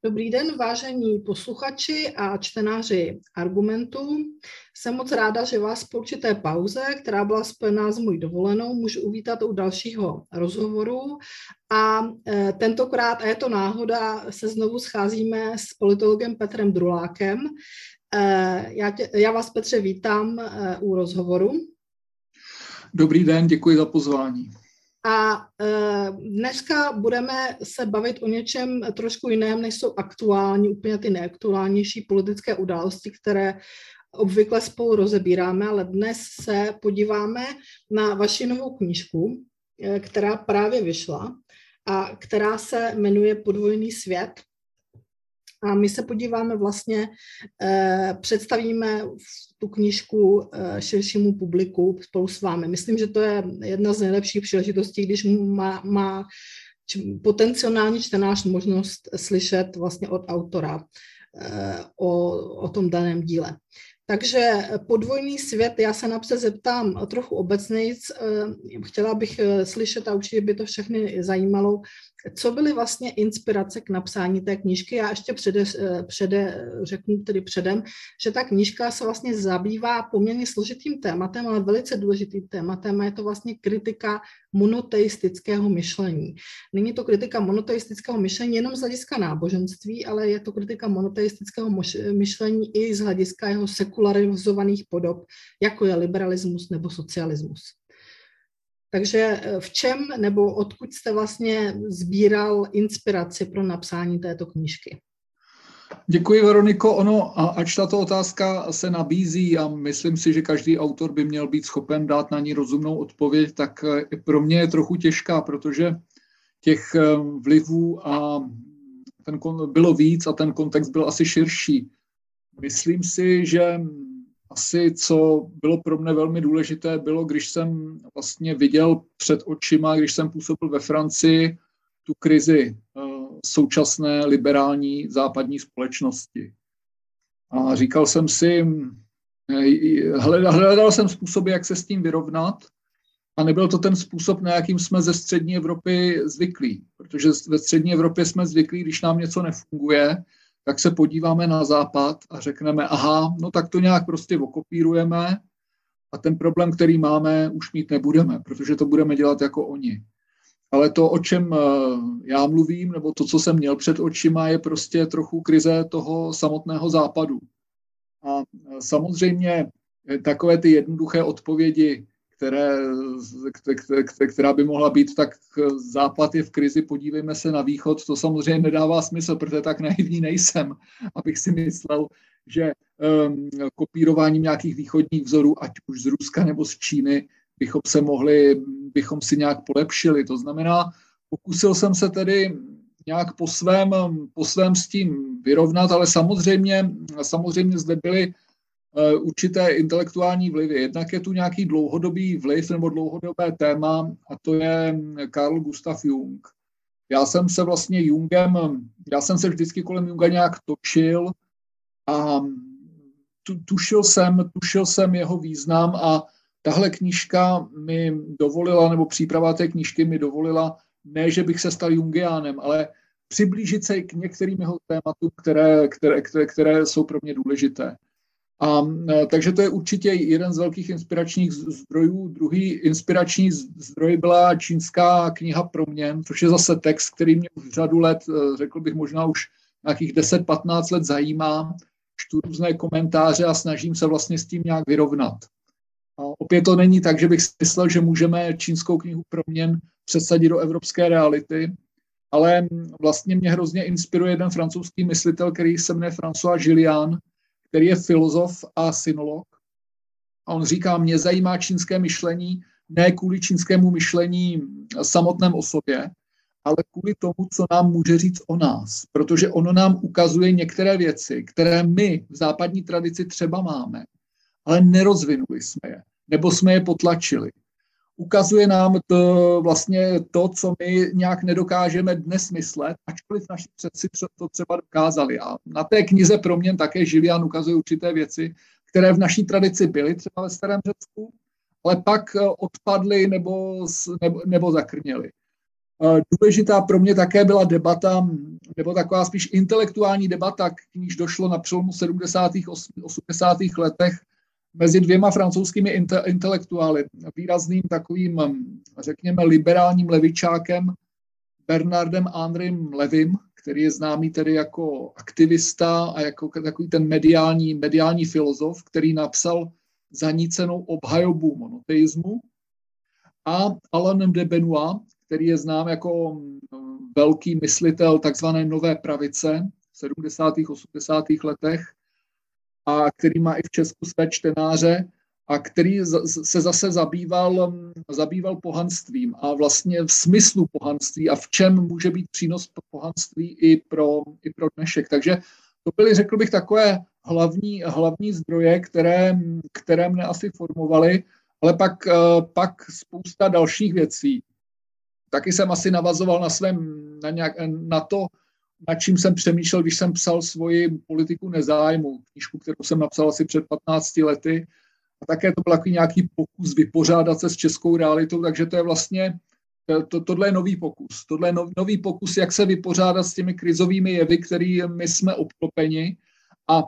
Dobrý den, vážení posluchači a čtenáři Argumentu. Jsem moc ráda, že vás po určité pauze, která byla spojená s mojí dovolenou, můžu uvítat u dalšího rozhovoru. A tentokrát, a je to náhoda, se znovu scházíme s politologem Petrem Drulákem. Já vás, Petře, vítám u rozhovoru. Dobrý den, děkuji za pozvání. A dneska budeme se bavit o něčem trošku jiném, než jsou aktuální, úplně ty nejaktuálnější politické události, které obvykle spolu rozebíráme, ale dnes se podíváme na vaši novou knížku, která právě vyšla a která se jmenuje Podvojný svět. A my se podíváme vlastně, představíme tu knížku širšímu publiku spolu s vámi. Myslím, že to je jedna z nejlepších příležitostí, když má potenciální čtenář možnost slyšet vlastně od autora o tom daném díle. Takže Podvojný svět, já se napřed zeptám trochu obecnějc, chtěla bych slyšet a určitě by to všechny zajímalo, co byly vlastně inspirace k napsání té knížky. Já ještě řeknu předem, že ta knížka se vlastně zabývá poměrně složitým tématem, ale velice důležitým tématem, a je to vlastně kritika monoteistického myšlení. Není to kritika monoteistického myšlení jenom z hlediska náboženství, ale je to kritika monoteistického myšlení i z hlediska jeho sekularizovaných podob, jako je liberalismus nebo socialismus. Takže v čem nebo odkud jste vlastně sbíral inspiraci pro napsání této knížky? Děkuji, Veroniko. Ač tato otázka se nabízí a myslím si, že každý autor by měl být schopen dát na ní rozumnou odpověď, tak pro mě je trochu těžká, protože těch vlivů bylo víc a ten kontext byl asi širší. Myslím si, že asi, co bylo pro mě velmi důležité, bylo, když jsem vlastně viděl před očima, když jsem působil ve Francii, tu krizi současné liberální západní společnosti. A říkal jsem si, hledal jsem způsoby, jak se s tím vyrovnat, a nebyl to ten způsob, na jakým jsme ze střední Evropy zvyklí. Protože ve střední Evropě jsme zvyklí, když nám něco nefunguje, tak se podíváme na západ a řekneme, aha, no tak to nějak prostě okopírujeme a ten problém, který máme, už mít nebudeme, protože to budeme dělat jako oni. Ale to, o čem já mluvím, nebo to, co jsem měl před očima, je prostě trochu krize toho samotného západu. A samozřejmě takové ty jednoduché odpovědi, která by mohla být, tak západ je v krizi, podívejme se na východ, to samozřejmě nedává smysl, protože tak naivní nejsem, abych si myslel, že kopírováním nějakých východních vzorů, ať už z Ruska nebo z Číny, bychom si nějak polepšili. To znamená, pokusil jsem se tedy nějak po svém s tím vyrovnat, ale samozřejmě zde byly určité intelektuální vlivy. Jednak je tu nějaký dlouhodobý vliv nebo dlouhodobé téma a to je Carl Gustav Jung. Já jsem se vždycky kolem Junga nějak točil a tušil jsem jeho význam a tahle knížka mi dovolila, nebo příprava té knížky mi dovolila, ne, že bych se stal jungiánem, ale přiblížit se k některým jeho tématům, které jsou pro mě důležité. Takže to je určitě jeden z velkých inspiračních zdrojů. Druhý inspirační zdroj byla čínská kniha Proměn, což je zase text, který mě už řadu let, řekl bych možná už nějakých 10-15 let zajímá. Čtu různé komentáře a snažím se vlastně s tím nějak vyrovnat. A opět to není tak, že bych si myslel, že můžeme čínskou knihu Proměn přesadit do evropské reality, ale vlastně mě hrozně inspiruje jeden francouzský myslitel, který se jmenuje François Gillian, který je filozof a sinolog. A on říká, mě zajímá čínské myšlení ne kvůli čínskému myšlení samotném o sobě, ale kvůli tomu, co nám může říct o nás. Protože ono nám ukazuje některé věci, které my v západní tradici třeba máme, ale nerozvinuli jsme je, nebo jsme je potlačili. Ukazuje nám to, co my nějak nedokážeme dnes myslet, ačkoliv naši předci to třeba dokázali. A na té knize Proměn také Gillian ukazuje určité věci, které v naší tradici byly třeba ve starém Řecku, ale pak odpadly nebo zakrněly. Důležitá pro mě také byla debata, nebo taková spíš intelektuální debata, k níž došlo na přelomu 70. a 80. letech mezi dvěma francouzskými intelektuály. Výrazným takovým, řekněme, liberálním levičákem Bernardem Henrym Levym, který je známý tedy jako aktivista a jako takový ten mediální filozof, který napsal zanícenou obhajobu monoteismu, a Alanem de Benoit, který je znám jako velký myslitel takzvané nové pravice v 70. a 80. letech a který má i v Česku své čtenáře a který se zase zabýval pohanstvím a vlastně v smyslu pohanství a v čem může být přínos pohanství i pro dnešek. Takže to byly, řekl bych, takové hlavní zdroje, které mne asi formovaly, ale pak spousta dalších věcí. Taky jsem asi navazoval na to, nad čím jsem přemýšlel, když jsem psal svoji Politiku nezájmu, knížku, kterou jsem napsal asi před 15 lety. A také to byl nějaký pokus vypořádat se s českou realitou, takže to je vlastně, tohle je nový pokus. Tohle je nový pokus, jak se vypořádat s těmi krizovými jevy, kterými jsme obklopeni. A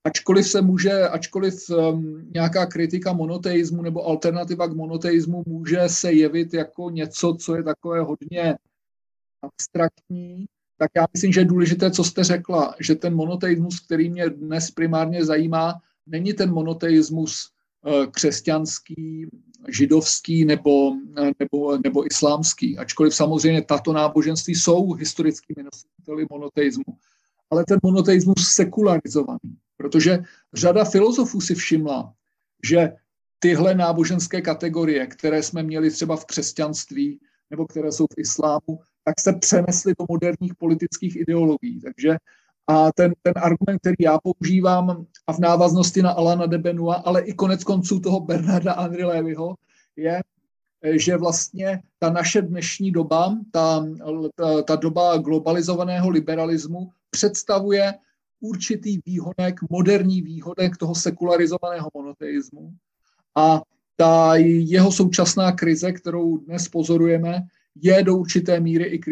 ačkoliv nějaká kritika monoteismu nebo alternativa k monoteismu může se jevit jako něco, co je takové hodně abstraktní, tak já myslím, že je důležité, co jste řekla, že ten monoteismus, který mě dnes primárně zajímá, není ten monoteismus křesťanský, židovský nebo islámský. Ačkoliv samozřejmě tato náboženství jsou historickými nositeli monoteismu. Ale ten monoteismus sekularizovaný, protože řada filozofů si všimla, že tyhle náboženské kategorie, které jsme měli třeba v křesťanství nebo které jsou v islámu, tak se přenesly do moderních politických ideologií. Takže a ten argument, který já používám a v návaznosti na Alana de Benoit, ale i konec konců toho Bernarda Henry Levyho, je, že vlastně ta naše dnešní doba, ta doba globalizovaného liberalismu představuje určitý výhonek, moderní výhonek toho sekularizovaného monoteismu. A ta jeho současná krize, kterou dnes pozorujeme, je do určité míry i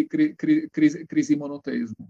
krizí monoteismu.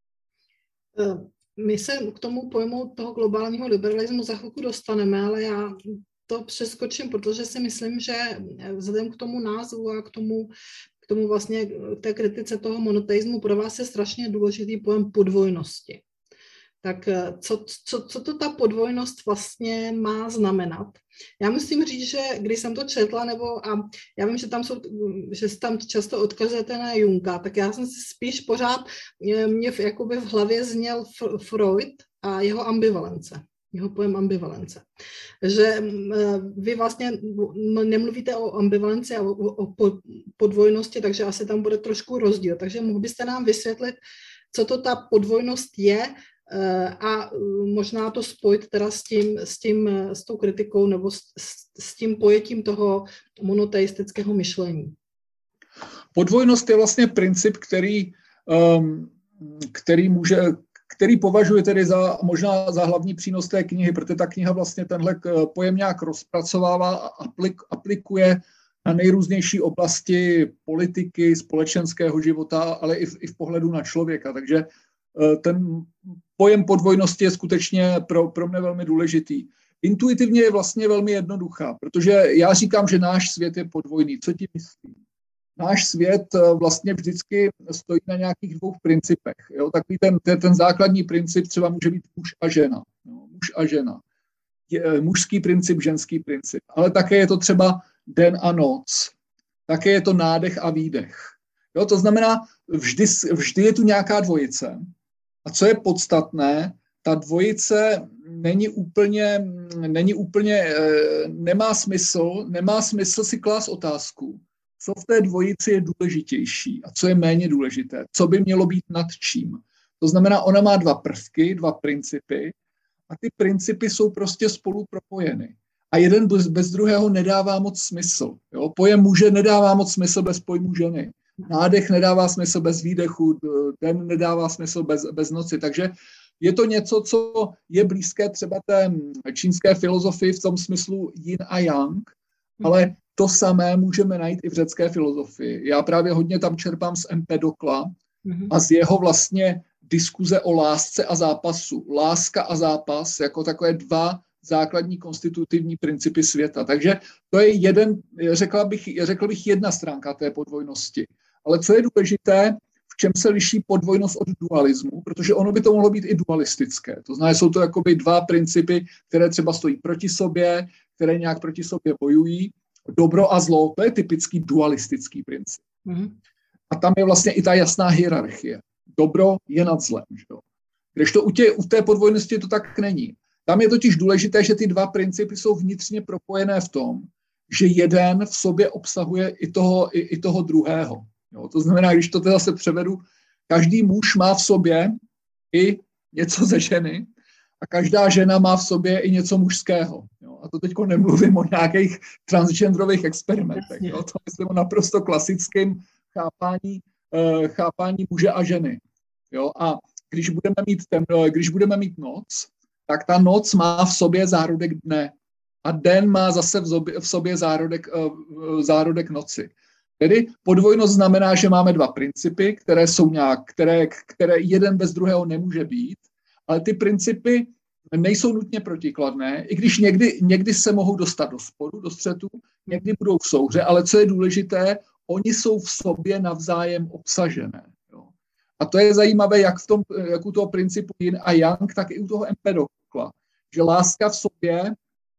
My se k tomu pojmu toho globálního liberalismu za chvilku dostaneme, ale já to přeskočím, protože si myslím, že vzhledem k tomu názvu a k tomu vlastně té kritice toho monoteismu pro vás je strašně důležitý pojem podvojnosti. Tak co to ta podvojnost vlastně má znamenat? Já musím říct, že když jsem to četla, a já vím, že tam často odkazujete na Junga, tak já jsem si spíš pořád, mě jakoby v hlavě zněl Freud a jeho ambivalence. Jeho pojem ambivalence. Že vy vlastně nemluvíte o ambivalenci a o podvojnosti, takže asi tam bude trošku rozdíl. Takže mohl byste nám vysvětlit, co to ta podvojnost je a možná to spojit teda s tou kritikou nebo s tím pojetím toho monoteistického myšlení. Podvojnost je vlastně princip, který považuji tedy možná za hlavní přínos té knihy, protože ta kniha vlastně tenhle pojem nějak rozpracovává a aplikuje na nejrůznější oblasti politiky, společenského života, ale i v pohledu na člověka. Takže ten pojem podvojnosti je skutečně pro mě velmi důležitý. Intuitivně je vlastně velmi jednoduchá, protože já říkám, že náš svět je podvojný. Co ti myslím? Náš svět vlastně vždycky stojí na nějakých dvou principech. Jo? Takový ten základní princip třeba může být muž a žena. Jo? Muž a žena. Mužský princip, ženský princip. Ale také je to třeba den a noc. Také je to nádech a výdech. Jo? To znamená, vždy je tu nějaká dvojice. A co je podstatné, ta dvojice nemá smysl si klást otázku, co v té dvojici je důležitější a co je méně důležité, co by mělo být nad čím. To znamená, ona má dva prvky, dva principy a ty principy jsou prostě spolu propojeny. A jeden bez druhého nedává moc smysl. Jo? Pojem muže nedává moc smysl bez pojmu ženy. Nádech nedává smysl bez výdechu, den nedává smysl bez noci. Takže je to něco, co je blízké třeba té čínské filozofii v tom smyslu yin a yang, Ale to samé můžeme najít i v řecké filozofii. Já právě hodně tam čerpám z Empedokla a z jeho vlastně diskuze o lásce a zápasu. Láska a zápas jako takové dva základní konstitutivní principy světa. Takže to je řekl bych jedna stránka té podvojnosti. Ale co je důležité, v čem se liší podvojnost od dualismu, protože ono by to mohlo být i dualistické. To znamená, jsou to jakoby dva principy, které třeba stojí proti sobě, které nějak proti sobě bojují. Dobro a zlo, to je typický dualistický princip. A tam je vlastně i ta jasná hierarchie. Dobro je nad zlem. Kdežto u té podvojnosti to tak není. Tam je totiž důležité, že ty dva principy jsou vnitřně propojené v tom, že jeden v sobě obsahuje i toho druhého. Jo, to znamená, když to teda se převedu, každý muž má v sobě i něco ze ženy a každá žena má v sobě i něco mužského. Jo. A to teď nemluvím o nějakých transgenderových experimentech. Jo. To myslím o naprosto klasickém chápání muže a ženy. Jo. A když budeme mít noc, tak ta noc má v sobě zárodek dne a den má zase v sobě zárodek noci. Tedy podvojnost znamená, že máme dva principy, které jeden bez druhého nemůže být, ale ty principy nejsou nutně protikladné, i když někdy se mohou dostat do sporu, do střetu, někdy budou v souhře, ale co je důležité, oni jsou v sobě navzájem obsažené. Jo. A to je zajímavé jak u toho principu yin a yang, tak i u toho Empedokla, že láska v sobě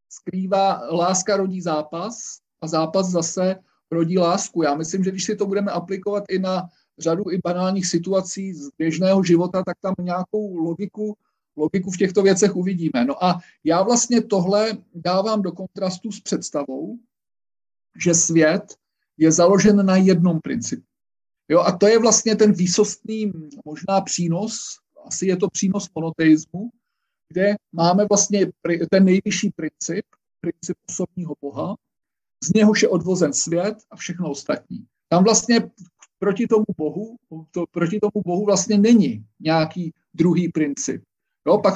láska rodí zápas a zápas zase rodí lásku. Já myslím, že když si to budeme aplikovat i na řadu i banálních situací z běžného života, tak tam nějakou logiku v těchto věcech uvidíme. No a já vlastně tohle dávám do kontrastu s představou, že svět je založen na jednom principu. Jo, a to je vlastně ten výsostný možná přínos, asi je to přínos monoteismu, kde máme vlastně ten nejvyšší princip osobního Boha, z něhož je odvozen svět a všechno ostatní. Tam vlastně proti tomu Bohu vlastně není nějaký druhý princip. Jo, pak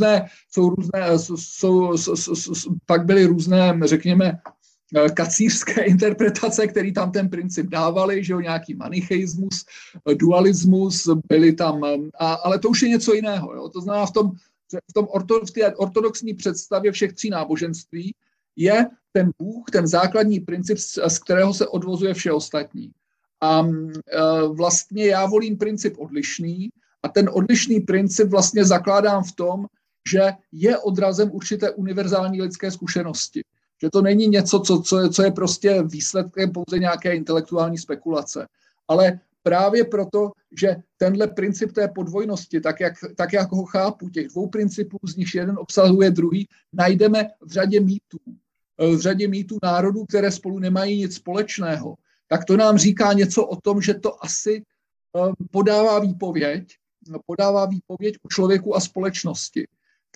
pak byly různé, řekněme, kacířské interpretace, které tam ten princip dávali, že jo, nějaký manicheismus, dualismus, byly tam, ale to už je něco jiného. Jo. To znamená, v té ortodoxní představě všech tří náboženství je ten Bůh, ten základní princip, z kterého se odvozuje vše ostatní. A vlastně já volím princip odlišný a ten odlišný princip vlastně zakládám v tom, že je odrazem určité univerzální lidské zkušenosti. Že to není něco, co je prostě výsledkem pouze nějaké intelektuální spekulace. Ale právě proto, že tenhle princip té podvojnosti, tak jak ho chápu, těch dvou principů, z nichž jeden obsahuje druhý, najdeme v řadě mýtů národů, které spolu nemají nic společného. Tak to nám říká něco o tom, že to asi podává výpověď o člověku a společnosti,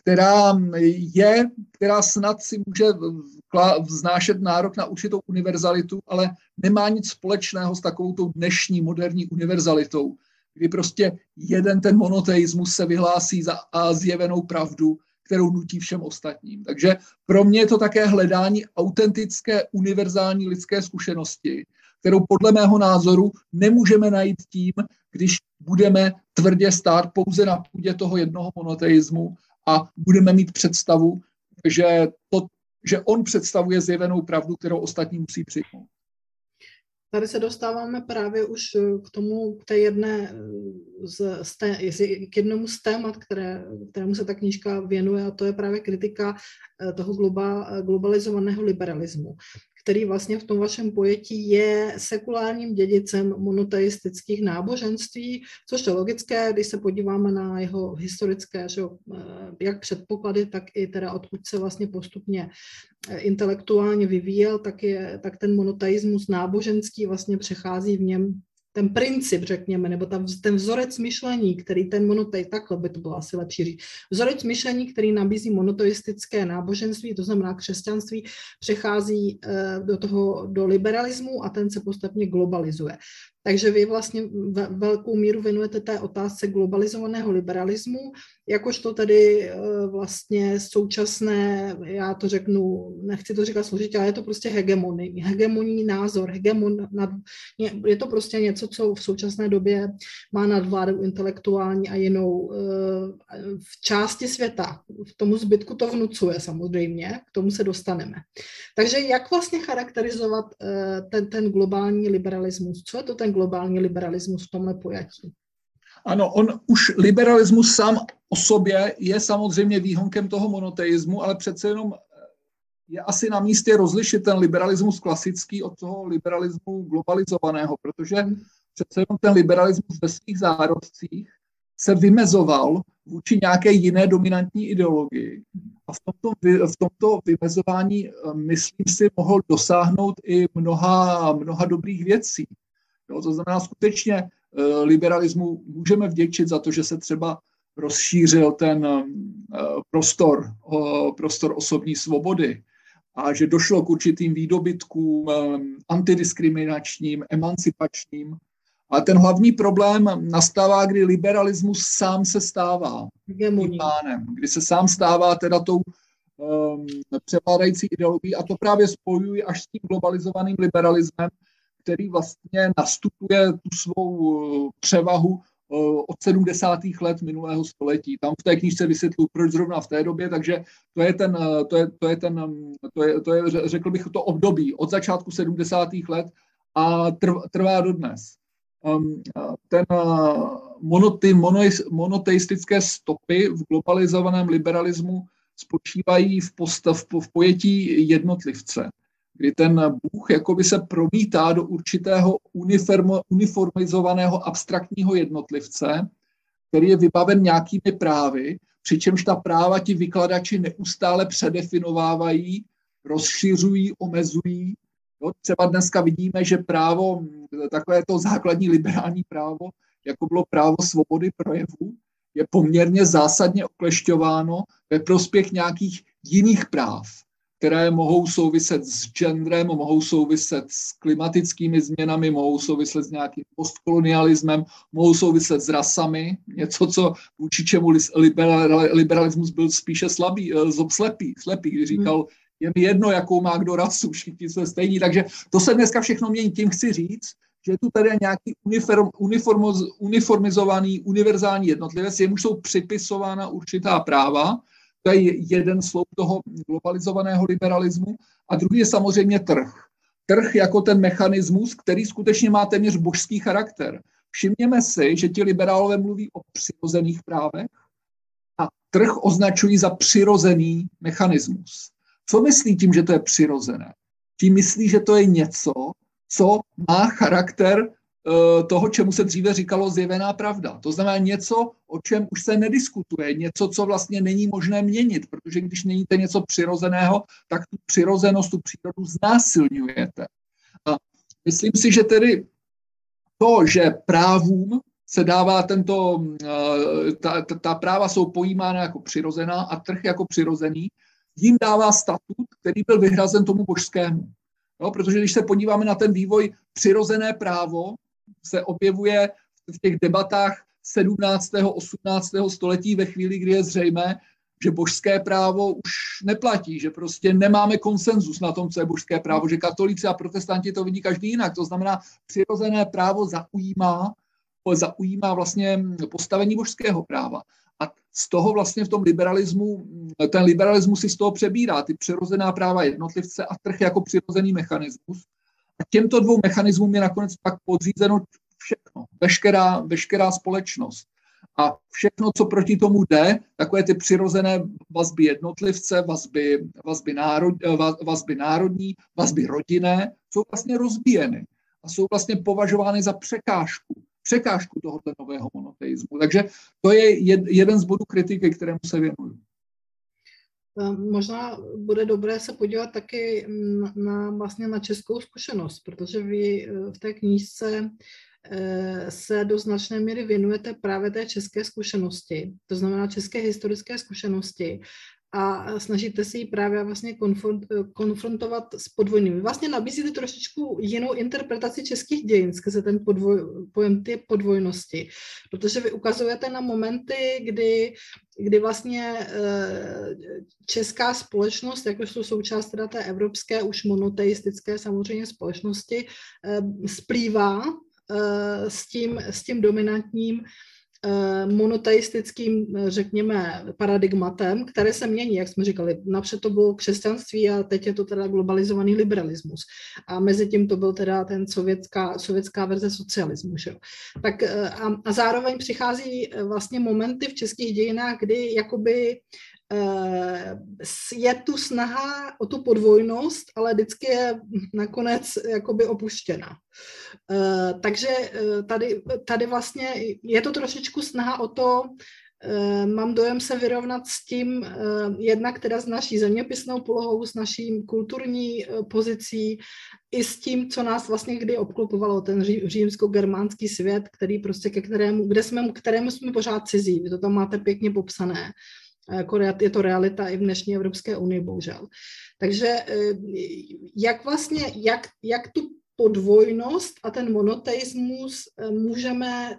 která snad si může vznášet nárok na určitou univerzalitu, ale nemá nic společného s takovou tou dnešní moderní univerzalitou, kdy prostě jeden ten monoteismus se vyhlásí za zjevenou pravdu, kterou nutí všem ostatním. Takže pro mě je to také hledání autentické univerzální lidské zkušenosti, kterou podle mého názoru nemůžeme najít tím, když budeme tvrdě stát pouze na půdě toho jednoho monoteismu a budeme mít představu, že on představuje zjevenou pravdu, kterou ostatní musí přijmout. Tady se dostáváme právě už k jednomu z témat, kterému se ta knížka věnuje, a to je právě kritika toho globalizovaného liberalismu, který vlastně v tom vašem pojetí je sekulárním dědicem monoteistických náboženství, což je logické, když se podíváme na jeho historické jak předpoklady, tak i teda odkud se vlastně postupně intelektuálně vyvíjel, tak ten monoteismus náboženský vlastně přechází v něm ten princip, řekněme, nebo ten vzorec myšlení, který ten monoteismus, takhle by to bylo asi lepší říct, vzorec myšlení, který nabízí monoteistické náboženství, to znamená křesťanství, přechází do liberalismu a ten se postupně globalizuje. Takže vy vlastně velkou míru věnujete té otázce globalizovaného liberalismu, jakožto tedy vlastně současné, já to řeknu, nechci to říkat složitě, ale je to prostě hegemonní názor, je to prostě něco, co v současné době má nadvládu intelektuální a jinou v části světa. V tomu zbytku to vnucuje samozřejmě, k tomu se dostaneme. Takže jak vlastně charakterizovat ten globální liberalismus? Co je to ten globální liberalismus v tomhle pojatí? Ano, on už liberalismus sám o sobě je samozřejmě výhonkem toho monoteismu, ale přece jenom je asi na místě rozlišit ten liberalismus klasický od toho liberalismu globalizovaného, protože přece jenom ten liberalismus ve svých zárodcích se vymezoval vůči nějaké jiné dominantní ideologii. A v tomto vymezování, myslím si, mohl dosáhnout i mnoha dobrých věcí. Jo, to znamená, skutečně liberalismu můžeme vděčit za to, že se třeba rozšířil ten prostor osobní svobody a že došlo k určitým výdobytkům antidiskriminačním, emancipačním. A ten hlavní problém nastává, kdy liberalismus sám se stává tím pánem, kdy se sám stává teda tou převládající ideologií, a to právě spojují až s tím globalizovaným liberalismem, který vlastně nastupuje tu svou převahu od 70. let minulého století. Tam v té knížce vysvětluji, proč zrovna v té době, takže to je, řekl bych, to období od začátku 70. let a trvá dodnes. Ty monoteistické stopy v globalizovaném liberalismu spočívají v pojetí jednotlivce, kdy ten Bůh jakoby se promítá do určitého uniformizovaného abstraktního jednotlivce, který je vybaven nějakými právy, přičemž ta práva ti vykladači neustále předefinovávají, rozšiřují, omezují. Jo, třeba dneska vidíme, že právo, takové to základní liberální právo, jako bylo právo svobody projevu, je poměrně zásadně oklešťováno ve prospěch nějakých jiných práv, které mohou souviset s genderem, mohou souviset s klimatickými změnami, mohou souviset s nějakým postkolonialismem, mohou souviset s rasami, něco, co vůči čemu liberalismus byl spíše slepý, když říkal, je mi jedno, jakou má kdo rasu, všichni jsme stejní. Takže to se dneska všechno mění. Tím chci říct, že je tu tady nějaký uniformizovaný, univerzální jednotlivec, jemuž jsou připisována určitá práva. To je jeden sloup toho globalizovaného liberalismu. A druhý je samozřejmě trh. Trh jako ten mechanismus, který skutečně má téměř božský charakter. Všimněme si, že ti liberálové mluví o přirozených právech a trh označují za přirozený mechanismus. Co myslí tím, že to je přirozené? Tím myslí, že to je něco, co má charakter toho, čemu se dříve říkalo zjevená pravda. To znamená něco, o čem už se nediskutuje, něco, co vlastně není možné měnit, protože když měníte něco přirozeného, tak tu přirozenost, tu přírodu znásilňujete. A myslím si, že tedy to, že právům se dává ta práva jsou pojímána jako přirozená a trh jako přirozený, jim dává statut, který byl vyhrazen tomu božskému. No, protože když se podíváme na ten vývoj, přirozené právo se objevuje v těch debatách 17. 18. století ve chvíli, kdy je zřejmé, že božské právo už neplatí, že prostě nemáme konsenzus na tom, co je božské právo, že katolíci a protestanti to vidí každý jinak. To znamená, přirozené právo zaujímá vlastně postavení božského práva. A z toho vlastně v tom liberalismu, ten liberalismus si z toho přebírá ty přirozená práva jednotlivce a trh jako přirozený mechanismus. A těmto dvou mechanismům je nakonec pak podřízeno všechno, veškerá společnost. A všechno, co proti tomu jde, takové ty přirozené vazby jednotlivce, vazby národní, vazby rodinné, jsou vlastně rozbíjeny a jsou vlastně považovány za překážku tohoto nového monoteismu. Takže to je jeden z bodů kritiky, kterému se věnuju. Možná bude dobré se podívat taky na českou zkušenost, protože vy v té knížce se do značné míry věnujete právě té české zkušenosti, to znamená české historické zkušenosti a snažíte se ji právě vlastně konfrontovat s podvojnými. Vlastně nabízíte trošičku jinou interpretaci českých dějin skrze ten pojem ty podvojnosti, protože vy ukazujete na momenty, kdy vlastně česká společnost, jakožto součást teda té evropské, už monoteistické samozřejmě společnosti, splývá s tím dominantním monoteistickým, řekněme, paradigmatem, které se mění, jak jsme říkali. Napřed to bylo křesťanství a teď je to teda globalizovaný liberalismus. A mezi tím to byl teda ten sovětská verze socialismu. Že? Tak a zároveň přichází vlastně momenty v českých dějinách, kdy jakoby je tu snaha o tu podvojnost, ale vždycky je nakonec jakoby opuštěna. Takže tady vlastně je to trošičku snaha o to, mám dojem se vyrovnat s tím, jednak teda s naší zeměpisnou polohou, s naší kulturní pozicí, i s tím, co nás vlastně kdy obklopovalo, ten římsko-germánský svět, který prostě kterému jsme pořád cizí. Vy to tam máte pěkně popsané. Je to realita i v dnešní Evropské unii, bohužel. Takže jak tu podvojnost a ten monoteismus můžeme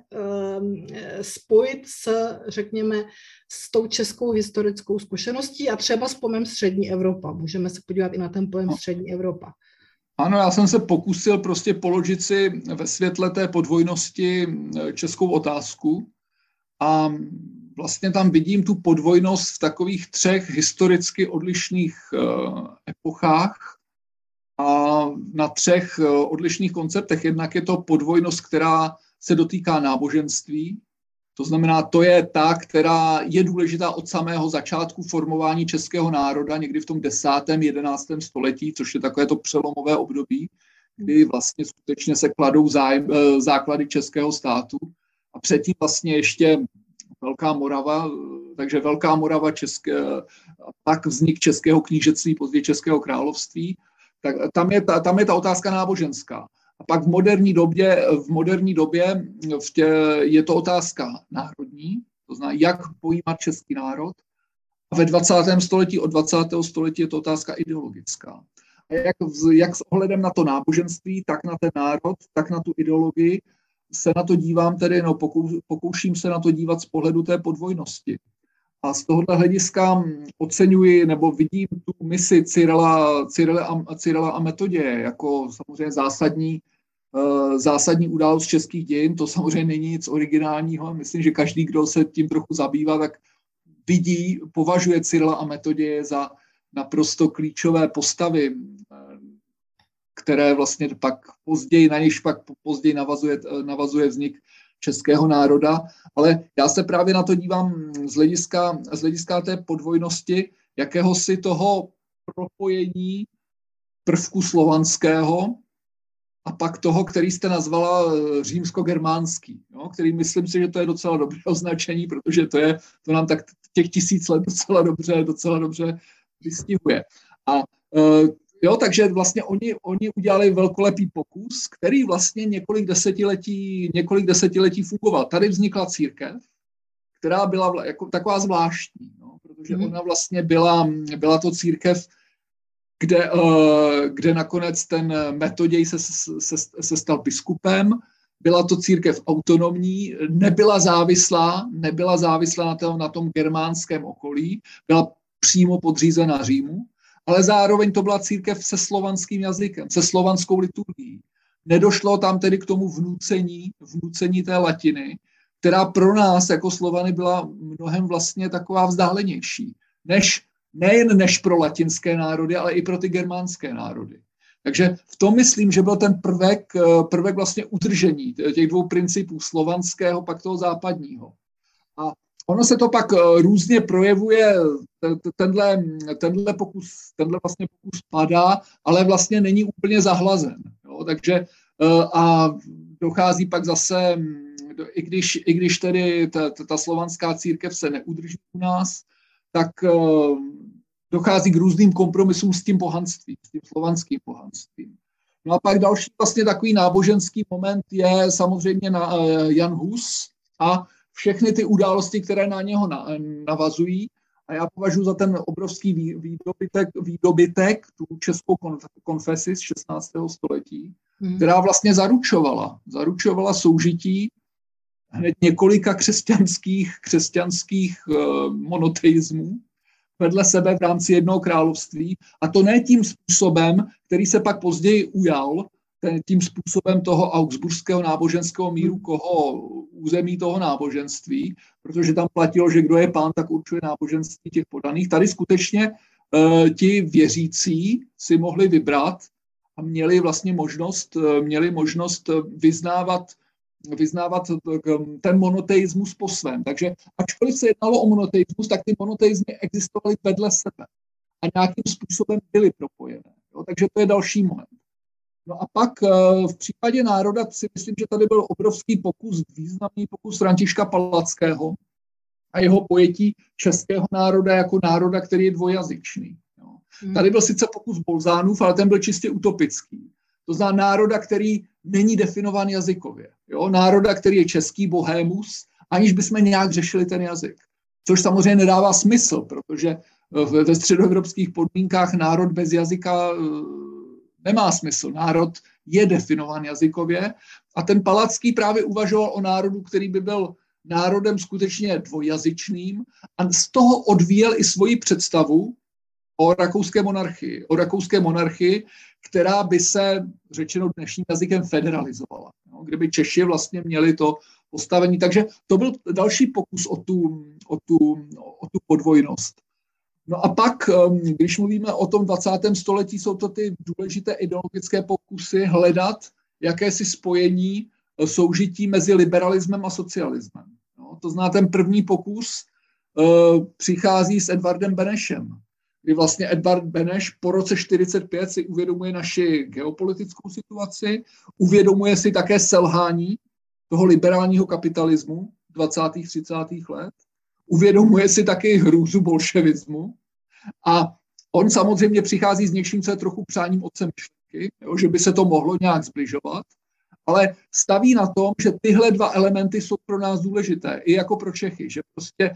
spojit řekněme, s tou českou historickou zkušeností a třeba s pojmem střední Evropa. Můžeme se podívat i na ten pojem střední Evropa. Ano, já jsem se pokusil prostě položit si ve světle té podvojnosti českou otázku a vlastně tam vidím tu podvojnost v takových 3 historicky odlišných epochách a na 3 odlišných konceptech. Jednak je to podvojnost, která se dotýká náboženství. To znamená, to je ta, která je důležitá od samého začátku formování českého národa, někdy v tom 10. 11. století, což je takové to přelomové období, kdy vlastně skutečně se kladou základy českého státu. A předtím vlastně ještě Velká Morava, takže Velká Morava, pak vznik českého knížectví, později českého království, tak tam je ta otázka náboženská. A pak v moderní době je to otázka národní, to znamená, jak pojímat český národ. A ve 20. století, od 20. století je to otázka ideologická. A jak s ohledem na to náboženství, tak na ten národ, tak na tu ideologii, se na to dívám tedy, pokouším se na to dívat z pohledu té podvojnosti. A z tohohle hlediska oceňuji nebo vidím tu misi Cyrila a Metoděje jako samozřejmě zásadní událost českých dějin. To samozřejmě není nic originálního. Myslím, že každý, kdo se tím trochu zabývá, tak považuje Cyrila a Metoděje za naprosto klíčové postavy, které vlastně na nějž pak později navazuje vznik českého národa. Ale já se právě na to dívám z hlediska té podvojnosti, jakéhosi toho propojení prvku slovanského a pak toho, který jste nazvala římsko-germánský, který myslím si, že to je docela dobré označení, protože to nám tak těch 1000 let docela dobře vystihuje. A takže vlastně oni udělali velkolepý pokus, který vlastně několik desetiletí fungoval. Tady vznikla církev, která byla jako taková zvláštní, protože ona vlastně byla to církev, kde nakonec ten Metoděj se stal biskupem. Byla to církev autonomní, nebyla závislá na tom germánském okolí, byla přímo podřízená Římu, ale zároveň to byla církev se slovanským jazykem, se slovanskou liturgií. Nedošlo tam tedy k tomu vnucení té latiny, která pro nás jako Slovany byla mnohem vlastně taková vzdálenější, než pro latinské národy, ale i pro ty germánské národy. Takže v tom myslím, že byl ten prvek vlastně udržení těch 2 principů, slovanského, pak toho západního. A ono se to pak různě projevuje, tenhle pokus padá, ale vlastně není úplně zahlazen. Takže a dochází pak zase, i když tedy ta slovanská církev se neudrží u nás, tak dochází k různým kompromisům s tím pohanstvím, s tím slovanským pohanstvím. No a pak další vlastně takový náboženský moment je samozřejmě Jan Hus a všechny ty události, které na něho navazují. A já považuji za ten obrovský výdobytek tu českou konfesi z 16. století, která vlastně zaručovala soužití hned několika křesťanských monoteismů vedle sebe v rámci jednoho království. A to ne tím způsobem, který se pak později ujal, tím způsobem toho augsburského náboženského míru, území toho náboženství, protože tam platilo, že kdo je pán, tak určuje náboženství těch podaných. Tady skutečně ti věřící si mohli vybrat a měli vlastně možnost vyznávat ten monoteismus po svém. Takže ačkoliv se jednalo o monoteismus, tak ty monoteizmy existovaly vedle sebe a nějakým způsobem byly propojené. Jo? Takže to je další moment. No a pak v případě národa si myslím, že tady byl obrovský významný pokus Františka Palackého a jeho pojetí českého národa jako národa, který je dvojazyčný. Jo. Tady byl sice pokus Bolzánův, ale ten byl čistě utopický. To znamená národa, který není definován jazykově. Jo. Národa, který je český bohémus, aniž bychom nějak řešili ten jazyk. Což samozřejmě nedává smysl, protože ve středoevropských podmínkách národ bez jazyka nemá smysl. Národ je definován jazykově a ten Palacký právě uvažoval o národu, který by byl národem skutečně dvojjazyčným a z toho odvíjel i svoji představu o rakouské monarchii, která by se, řečeno dnešním jazykem, federalizovala. No, kdyby Češi vlastně měli to postavení. Takže to byl další pokus o tu podvojnost. No a pak, když mluvíme o tom 20. století, jsou to ty důležité ideologické pokusy hledat jakési spojení soužití mezi liberalismem a socialismem. No, to znamená, ten první pokus přichází s Edvardem Benešem, kdy vlastně Edvard Beneš po roce 1945 si uvědomuje naši geopolitickou situaci, uvědomuje si také selhání toho liberálního kapitalismu 20. 30. let, uvědomuje si taky hrůzu bolševismu a on samozřejmě přichází s něčím, co je trochu přáním otce myšlenky, že by se to mohlo nějak zbližovat, ale staví na tom, že tyhle dva elementy jsou pro nás důležité, i jako pro Čechy, že prostě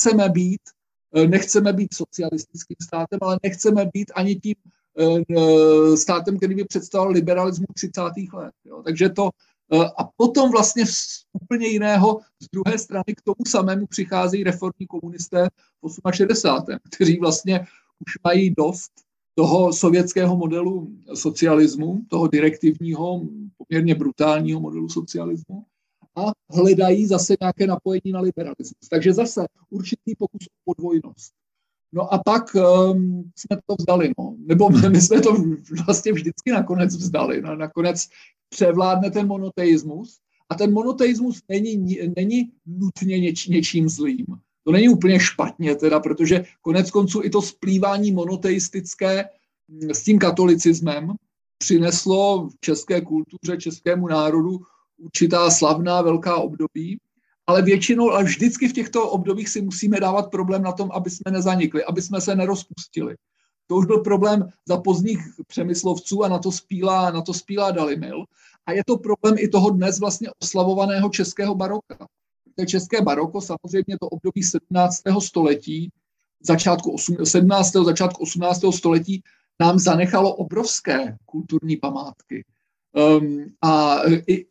nechceme být socialistickým státem, ale nechceme být ani tím státem, který by představoval liberalismus 30. let. Jo. Takže to a potom vlastně z úplně jiného, z druhé strany k tomu samému přicházejí reformní komunisté v 68., kteří vlastně už mají dost toho sovětského modelu socialismu, toho direktivního, poměrně brutálního modelu socialismu a hledají zase nějaké napojení na liberalismus. Takže zase určitý pokus o podvojnost. No a pak jsme to vzdali. No. Nebo my jsme to vlastně vždycky nakonec vzdali. No. Nakonec převládne ten monoteismus a ten monoteismus není nutně něčím zlým. To není úplně špatně teda, protože konec konců i to splývání monoteistické s tím katolicismem přineslo v české kultuře, českému národu určitá slavná velká období, ale vždycky v těchto obdobích si musíme dávat problém na tom, aby jsme nezanikli, aby jsme se nerozpustili. To už byl problém za pozdních Přemyslovců a na to spílá Dalymil. A je to problém i toho dnes vlastně oslavovaného českého baroka. To české baroko, samozřejmě to období 17. století, začátku 18. století nám zanechalo obrovské kulturní památky. A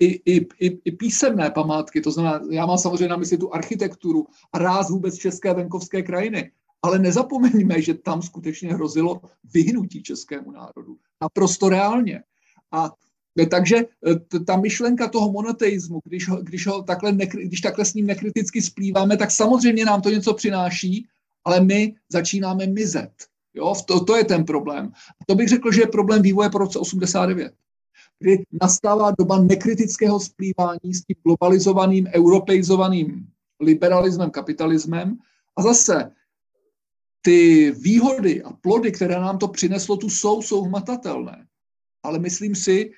i písemné památky, to znamená, já mám samozřejmě na mysli tu architekturu a ráz vůbec české venkovské krajiny, ale nezapomeňme, že tam skutečně hrozilo vyhnutí českému národu. Naprosto reálně. A takže ta myšlenka toho monoteismu, když takhle s ním nekriticky splýváme, tak samozřejmě nám to něco přináší, ale my začínáme mizet. Jo? To je ten problém. A to bych řekl, že je problém vývoje po roce 89. Kdy nastává doba nekritického splývání s tím globalizovaným, europeizovaným liberalismem, kapitalismem a zase ty výhody a plody, které nám to přineslo, tu jsou hmatatelné. Ale myslím si,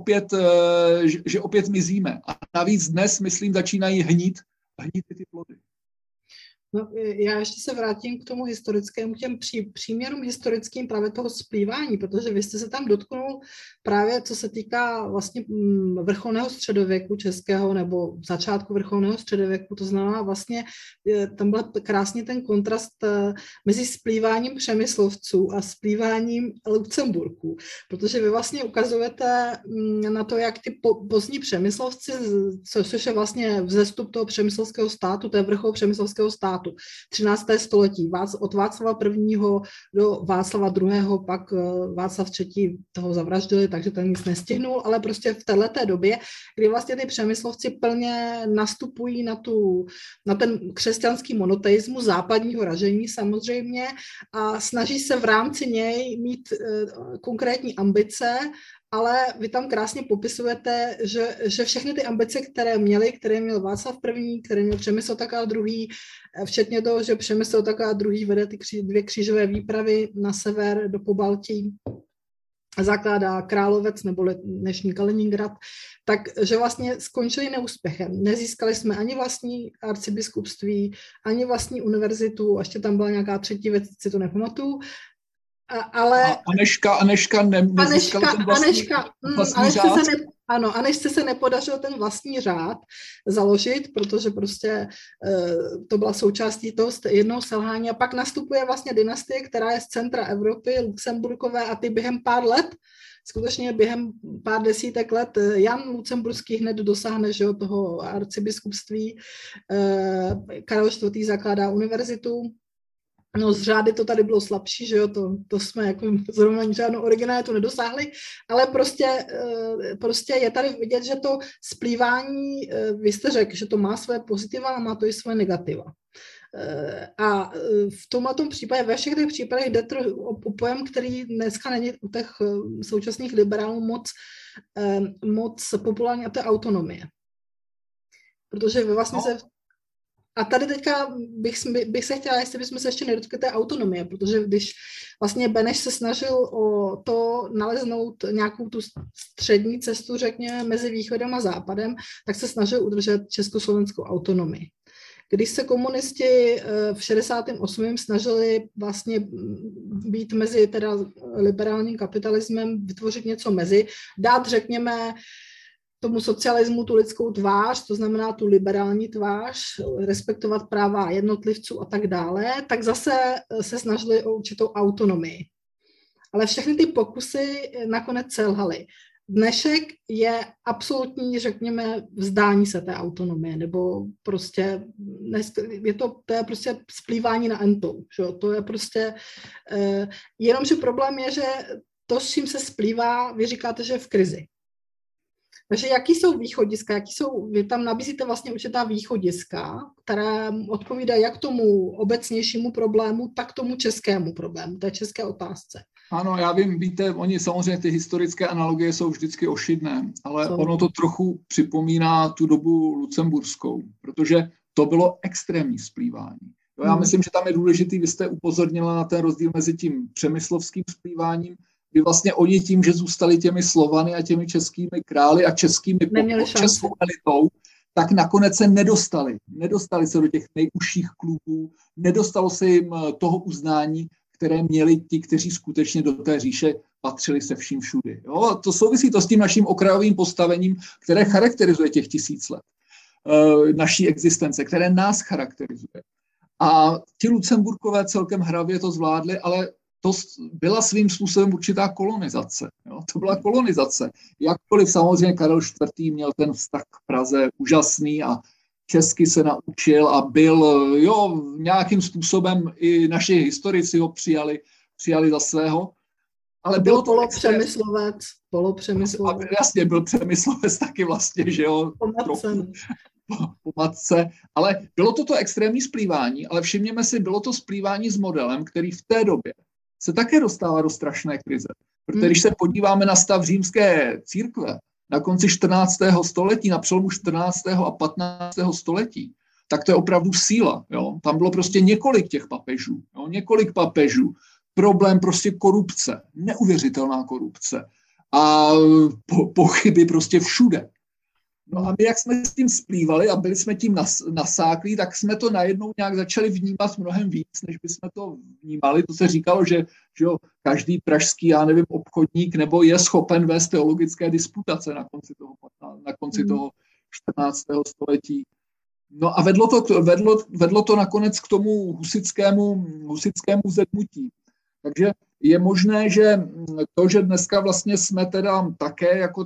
že opět mizíme. A navíc dnes, myslím, začínají hnít ty plody. No, já ještě se vrátím k tomu historickému, k těm příměrům historickým právě toho splývání, protože vy jste se tam dotknul právě, co se týká vlastně vrcholného středověku českého nebo začátku vrcholného středověku, to znamená vlastně, tam byl krásně ten kontrast mezi splýváním Přemyslovců a splýváním Lucemburků, protože vy vlastně ukazujete na to, jak ty pozdní Přemyslovci, což je vlastně vzestup toho přemyslovského státu, to je vrchol přemyslovského státu, 13. století, od Václava I. do Václava II. Pak Václav III. Toho zavraždili, takže ten nic nestihnul, ale prostě v této době, kdy vlastně ty Přemyslovci plně nastupují na ten křesťanský monoteismus západního ražení samozřejmě a snaží se v rámci něj mít konkrétní ambice, ale vy tam krásně popisujete, že všechny ty ambice, které měl Václav I., které měl Přemysl Otakar II., včetně toho, že Přemysl Otakar II. Vede ty dvě křížové výpravy na sever do Pobaltí, zakládá Královec nebo dnešní Kaliningrad, takže vlastně skončili neúspěchem. Nezískali jsme ani vlastní arcibiskupství, ani vlastní univerzitu, ještě tam byla nějaká třetí věc, si to nepamatuju, ale... Aneška nezískala ten vlastní řád. Anešce se nepodařilo ten vlastní řád založit, protože prostě to byla součástí toho jednoho selhání a pak nastupuje vlastně dynastie, která je z centra Evropy, Lucemburkové a ty během pár let, skutečně během pár desítek let Jan Lucemburský hned dosáhne, že jo, toho arcibiskupství, Karel IV. Zakládá univerzitu. No z řády to tady bylo slabší, že jo, to jsme jako zrovna žádnou originalitu nedosáhli, ale prostě je tady vidět, že to splývání, vy jste řekl, že to má své pozitiva a má to i své negativa. A v tomto případě, ve všech těch případech jde o pojem, který dneska není u těch současných liberálů moc populární, a to je autonomie. Protože vy vlastně A tady teďka bych se chtěla, jestli bychom se ještě nedotkli té autonomie, protože když vlastně Beneš se snažil o to naleznout nějakou tu střední cestu, řekněme, mezi východem a západem, tak se snažil udržet československou autonomii. Když se komunisti v 68. snažili vlastně být mezi teda liberálním kapitalismem, vytvořit něco mezi, dát, řekněme, tomu socialismu tu lidskou tvář, to znamená tu liberální tvář, respektovat práva jednotlivců a tak dále, tak zase se snažili o určitou autonomii. Ale všechny ty pokusy nakonec selhaly. Dnešek je absolutní, řekněme, vzdání se té autonomie, nebo prostě, to je prostě splývání na entou, že? To je prostě, jenomže problém je, že to, s čím se splývá, vy říkáte, že je v krizi. Takže jaký jsou východiska, vy tam nabízíte vlastně určitá východiska, která odpovídají jak tomu obecnějšímu problému, tak tomu českému problému, té české otázce. Ano, já vím, víte, oni samozřejmě ty historické analogie jsou vždycky ošidné, ale ono to trochu připomíná tu dobu lucemburskou, protože to bylo extrémní splývání. Já myslím, že tam je důležitý, vy jste upozornila na ten rozdíl mezi tím přemyslovským splýváním, kdy vlastně oni tím, že zůstali těmi Slovany a těmi českými králi a českou elitou, tak nakonec se nedostali se do těch nejužších klubů, nedostalo se jim toho uznání, které měli ti, kteří skutečně do té říše patřili se vším všudy. Jo? To souvisí to s tím naším okrajovým postavením, které charakterizuje těch 1000 let naší existence, které nás charakterizuje. A ti Lucemburkové celkem hravě to zvládli, ale to byla svým způsobem určitá kolonizace. Jo? To byla kolonizace. Jakkoliv samozřejmě Karel IV. Měl ten vztah k Praze úžasný a česky se naučil a byl, nějakým způsobem i naši historici ho přijali za svého. Ale bylo to polopřemyslovec. Jasně, byl přemyslovec taky vlastně, že jo. Po matce. Ale bylo to extrémní splývání, ale všimněme si, bylo to splývání s modelem, který v té době se také dostává do strašné krize. Protože když se podíváme na stav římské církve na konci 14. století, na přelomu 14. a 15. století, tak to je opravdu síla. Jo? Tam bylo prostě několik těch papežů. Jo? Několik papežů. Problém prostě korupce. Neuvěřitelná korupce. A pochyby prostě všude. No a my, jak jsme s tím splývali a byli jsme tím nasáklí, tak jsme to najednou nějak začali vnímat mnohem víc, než bychom to vnímali. To se říkalo, že jo, každý pražský, já nevím, obchodník nebo je schopen vést teologické disputace na konci toho 14. století. No a vedlo to nakonec k tomu husitskému zedmutí. Takže je možné, že to, že dneska vlastně jsme teda také jako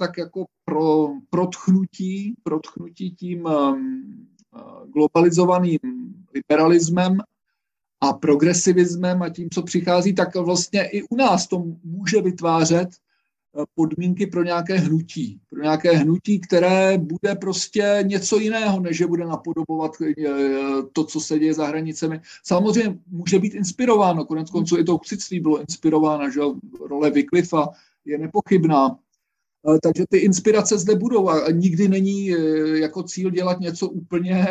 protchnutí tím globalizovaným liberalismem a progresivismem a tím, co přichází, tak vlastně i u nás to může vytvářet podmínky pro nějaké hnutí, které bude prostě něco jiného, než že bude napodobovat to, co se děje za hranicemi. Samozřejmě může být inspirováno, konec konců i to husitství bylo inspirováno, že role Wycliffa je nepochybná. Takže ty inspirace zde budou a nikdy není jako cíl dělat něco úplně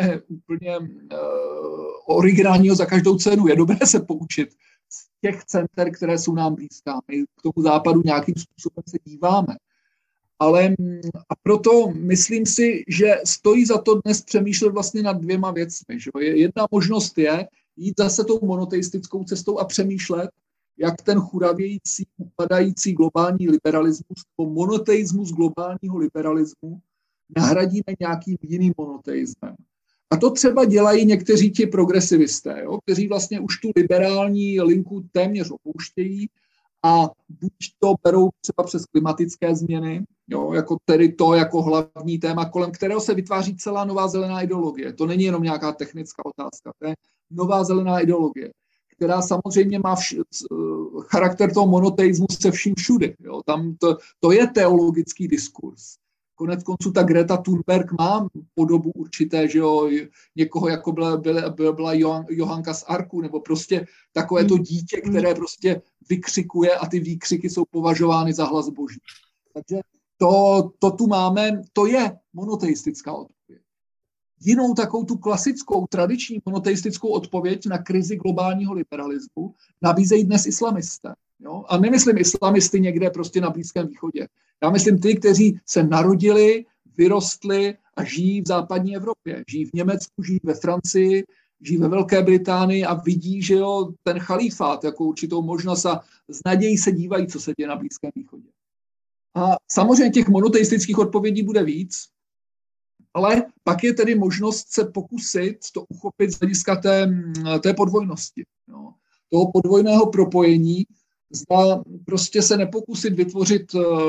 originálního za každou cenu. Je dobré se poučit z těch center, které jsou nám blízká. My k tomu západu nějakým způsobem se díváme. Ale a proto myslím si, že stojí za to dnes přemýšlet vlastně nad dvěma věcmi. Že? Jedna možnost je jít zase tou monoteistickou cestou a přemýšlet, jak ten churavějící, upadající globální liberalismus nebo monoteismus globálního liberalismu nahradíme nějakým jiným monoteismem. A to třeba dělají někteří ti progresivisté, jo, kteří vlastně už tu liberální linku téměř opouštějí a buď to berou třeba přes klimatické změny, jo, jako tedy to jako hlavní téma, kolem kterého se vytváří celá nová zelená ideologie. To není jenom nějaká technická otázka, to je nová zelená ideologie, která samozřejmě má charakter toho monoteismu se vším všudy. Jo. Tam to je teologický diskurs. Konec konců ta Greta Thunberg má podobu určité, že jo, někoho jako byla Johanka z Arku, nebo prostě takové to dítě, které prostě vykřikuje a ty výkřiky jsou považovány za hlas Boží. Takže to tu máme, to je monoteistická odpověď. Jinou takovou tu klasickou, tradiční monoteistickou odpověď na krizi globálního liberalismu nabízejí dnes islamisté. Jo? A nemyslím islamisty někde prostě na Blízkém východě. Já myslím ty, kteří se narodili, vyrostli a žijí v západní Evropě. Žijí v Německu, žijí ve Francii, žijí ve Velké Británii a vidí, že jo, ten chalífát jako určitou možnost a s nadějí se dívají, co se děje na Blízkém východě. A samozřejmě těch monoteistických odpovědí bude víc, ale pak je tedy možnost se pokusit to uchopit z hlediska té podvojnosti. Jo. Toho podvojného propojení, zda prostě se nepokusit vytvořit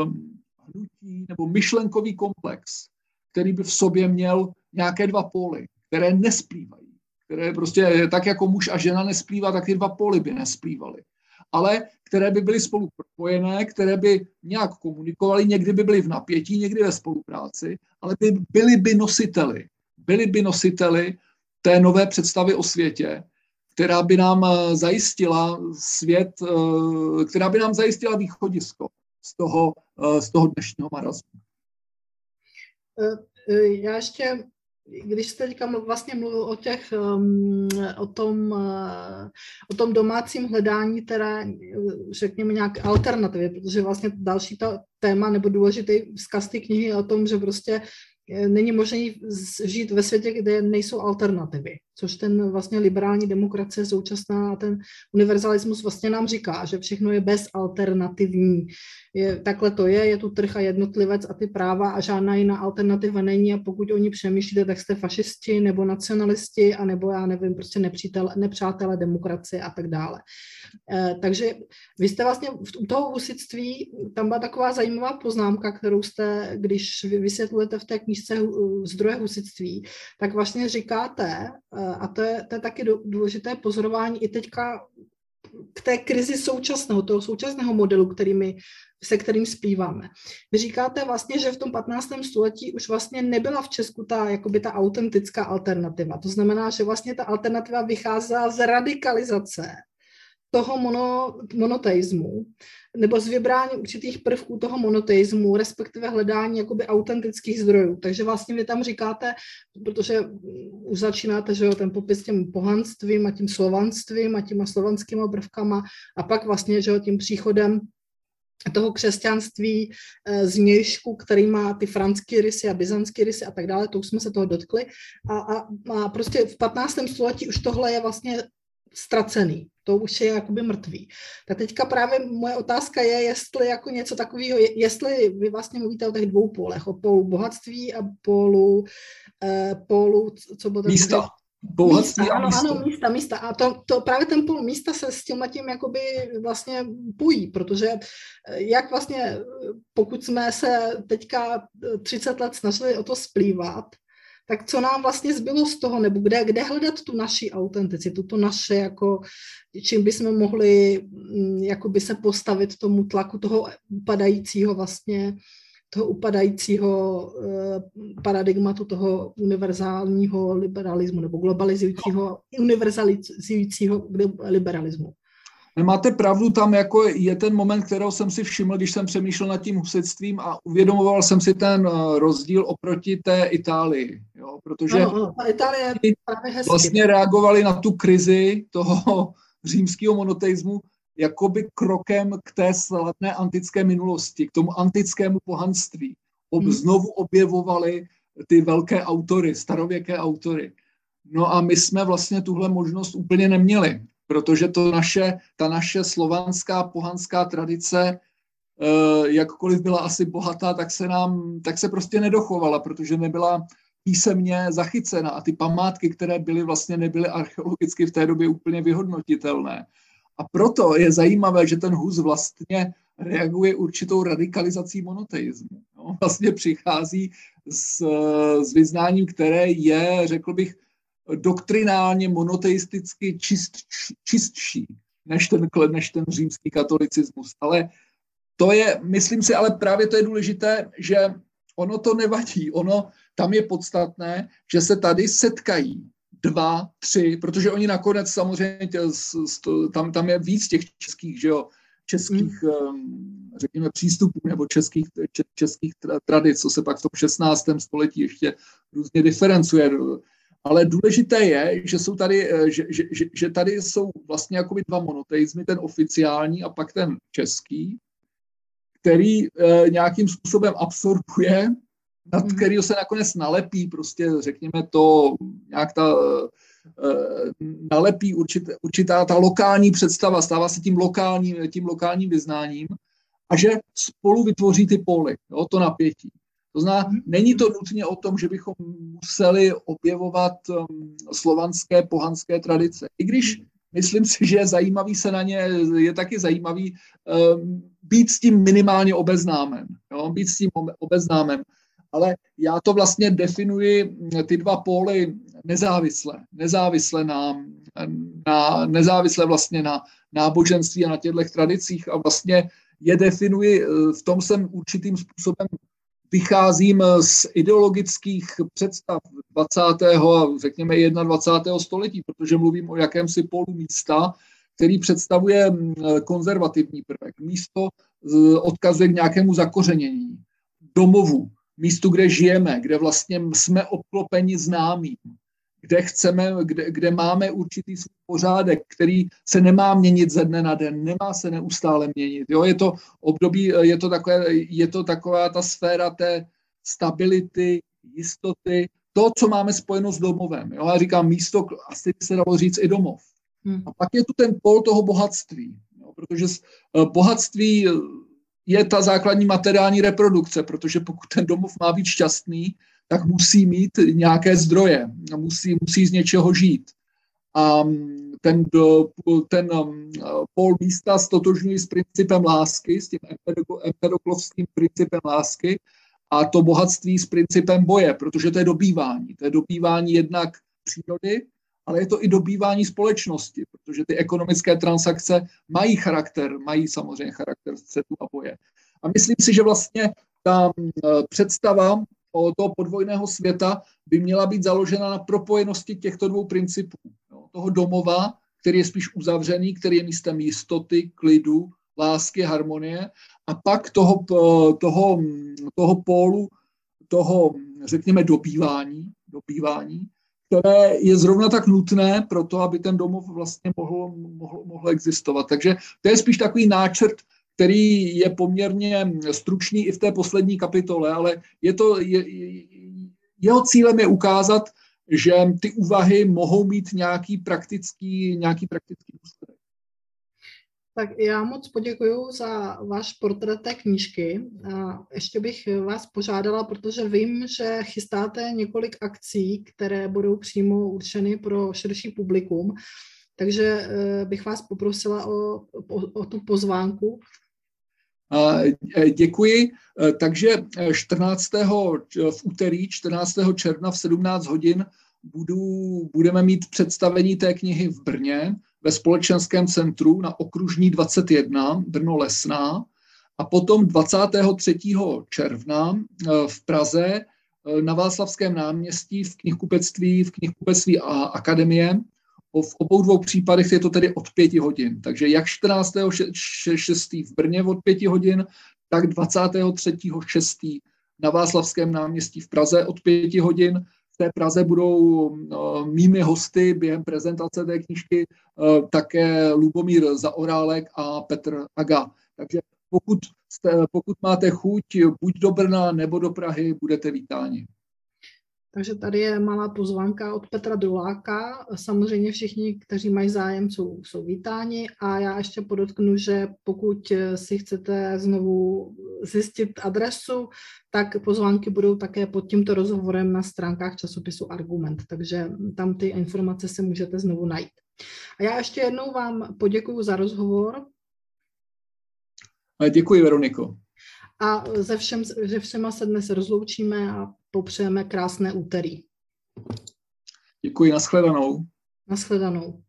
hnutí nebo myšlenkový komplex, který by v sobě měl nějaké dva póly, které nesplývají. Které prostě tak jako muž a žena nesplývá, tak ty dva póly by nesplývaly. Ale které by byly spolu propojené, které by nějak komunikovaly, někdy by byly v napětí, někdy ve spolupráci, ale byly by nositeli té nové představy o světě, která by nám zajistila svět, která by nám zajistila východisko z toho dnešního marazmu. Já ještě, když jste teďka vlastně mluvil o tom domácím hledání, teda řekněme nějaké alternativy, protože vlastně další téma nebo důležitý vzkaz té knihy je o tom, že prostě není možné žít ve světě, kde nejsou alternativy, což ten vlastně liberální demokracie současná a ten univerzalismus vlastně nám říká, že všechno je bezalternativní. Takhle to je tu trh a jednotlivec a ty práva a žádná jiná alternativa není a pokud o ní přemýšlíte, tak jste fašisti nebo nacionalisti a nebo já nevím, prostě nepřátelé demokracie a tak dále. Takže vy jste vlastně u toho husitství, tam byla taková zajímavá poznámka, kterou jste, když vysvětlujete v té knížce Zdroje husitství, tak vlastně říkáte, a to je taky důležité pozorování i teďka k té krizi toho současného modelu, se kterým splýváme. Vy říkáte vlastně, že v tom 15. století už vlastně nebyla v Česku ta autentická alternativa. To znamená, že vlastně ta alternativa vycházela z radikalizace toho monoteismu, nebo z vybrání určitých prvků toho monoteismu, respektive hledání jakoby autentických zdrojů. Takže vlastně vy tam říkáte, protože už začínáte, že jo, ten popis tím pohanstvím a tím slovanstvím a těma slovanskýma prvkama a pak vlastně, že jo, tím příchodem toho křesťanství z mějšku, který má ty franské rysy a byzantské rysy a tak dále, to už jsme se toho dotkli. A prostě v 15. století už tohle je vlastně ztracený. To už je jakoby mrtvý. Tak teďka právě moje otázka je, jestli jako něco takového, jestli vy vlastně mluvíte o těch dvou pólech, o pólu bohatství a pólu co bylo to? Místa. Bohatství a místo. Ano, místa. A to právě ten pól místa se s tímhletím jakoby vlastně pojí, protože jak vlastně, pokud jsme se teďka 30 let snažili o to splývat, tak co nám vlastně zbylo z toho, nebo kde hledat tu naši autenticitu, to naše, jako, čím bychom mohli jakoby se postavit tomu tlaku toho upadajícího paradigmatu toho univerzálního liberalismu nebo globalizujícího, univerzalizujícího liberalismu. Máte pravdu, tam jako je ten moment, kterého jsem si všiml, když jsem přemýšlel nad tím husitstvím a uvědomoval jsem si ten rozdíl oproti té Itálii. Jo? Protože ta Itálie je právě hezky. Vlastně reagovali na tu krizi toho římského monoteismu jakoby krokem k té slavné antické minulosti, k tomu antickému pohanství. Znovu objevovali ty velké autory, starověké autory. No a my jsme vlastně tuhle možnost úplně neměli, protože ta naše slovanská pohanská tradice, jakkoliv byla asi bohatá, tak se prostě nedochovala, protože nebyla písemně zachycena a ty památky, které byly, vlastně nebyly archeologicky v té době úplně vyhodnotitelné. A proto je zajímavé, že ten Hus vlastně reaguje určitou radikalizací monoteismu. No, vlastně přichází s vyznáním, které je, řekl bych, doktrinálně monoteisticky čistší než ten římský katolicismus. Ale to je, myslím si, ale právě to je důležité, že ono to nevadí. Tam je podstatné, že se tady setkají 2, 3, protože oni nakonec samozřejmě, tam je víc těch českých řekněme, přístupů nebo českých tradic, co se pak v tom 16. století ještě různě diferencuje. Ale důležité je, že jsou tady, že tady jsou vlastně jakoby 2 monoteizmy, ten oficiální a pak ten český, který nějakým způsobem absorbuje, nad kterého se nakonec nalepí, prostě řekněme to, nějak nalepí určitá ta lokální představa, stává se tím lokálním vyznáním a že spolu vytvoří ty póly, jo, to napětí. To znamená, není to nutně o tom, že bychom museli objevovat slovanské pohanské tradice. I když myslím si, že je zajímavý se na ně, je taky zajímavý být s tím minimálně obeznámen. Jo? Být s tím obeznámen. Ale já to vlastně definuji ty 2 póly nezávisle vlastně na náboženství a na těchto tradicích a vlastně je definuji, v tom jsem určitým způsobem vycházím z ideologických představ 20. a řekněme 21. století, protože mluvím o jakémsi pólu místa, který představuje konzervativní prvek. Místo odkazuje k nějakému zakořenění, domovu, místu, kde žijeme, kde vlastně jsme obklopeni známým, kde máme určitý svůj pořádek, který se nemá měnit ze dne na den, nemá se neustále měnit. Jo? Je to období, je to taková ta sféra té stability, jistoty, to, co máme spojeno s domovem. Jo? Já říkám místo, asi by se dalo říct i domov. A pak je tu ten pól toho bohatství, jo? Protože bohatství je ta základní materiální reprodukce, protože pokud ten domov má být šťastný, tak musí mít nějaké zdroje, musí z něčeho žít. A ten pól místa stotožňují s principem lásky, s tím empedoklovským principem lásky a to bohatství s principem boje, protože to je dobývání. To je dobývání jednak přírody, ale je to i dobývání společnosti, protože ty ekonomické transakce mají samozřejmě charakter střetu a boje. A myslím si, že vlastně ta představa o toho podvojného světa by měla být založena na propojenosti těchto 2 principů. Toho domova, který je spíš uzavřený, který je místem jistoty, klidu, lásky, harmonie, a pak toho pólu, toho, řekněme, dobývání, které je zrovna tak nutné pro to, aby ten domov vlastně mohl existovat. Takže to je spíš takový náčrt který je poměrně stručný i v té poslední kapitole, ale jeho cílem je ukázat, že ty úvahy mohou mít nějaký praktický důsledek. Tak já moc poděkuju za váš portrét té knížky. A ještě bych vás požádala, protože vím, že chystáte několik akcí, které budou přímo určeny pro širší publikum, takže bych vás poprosila o tu pozvánku. Děkuji. Takže 14. v úterý 14. června v 17 hodin budeme mít představení té knihy v Brně ve Společenském centru na Okružní 21 Brno Lesná a potom 23. června v Praze na Václavském náměstí v knihkupectví Akademie. V obou dvou případech je to tedy od 5 hodin. Takže jak 14.6. v Brně od 5 hodin, tak 23.6. na Václavském náměstí v Praze od 5 hodin. V té Praze budou mými hosty během prezentace té knížky také Lubomír Zaorálek a Petr Aga. Takže pokud máte chuť, buď do Brna nebo do Prahy, budete vítáni. Takže tady je malá pozvánka od Petra Druláka. Samozřejmě všichni, kteří mají zájem, jsou vítáni. A já ještě podotknu, že pokud si chcete znovu zjistit adresu, tak pozvánky budou také pod tímto rozhovorem na stránkách časopisu Argument. Takže tam ty informace se můžete znovu najít. A já ještě jednou vám poděkuju za rozhovor. Děkuji, Veroniko. A ze všema se dnes rozloučíme a popřejeme krásné úterý. Děkuji, nashledanou. Nashledanou.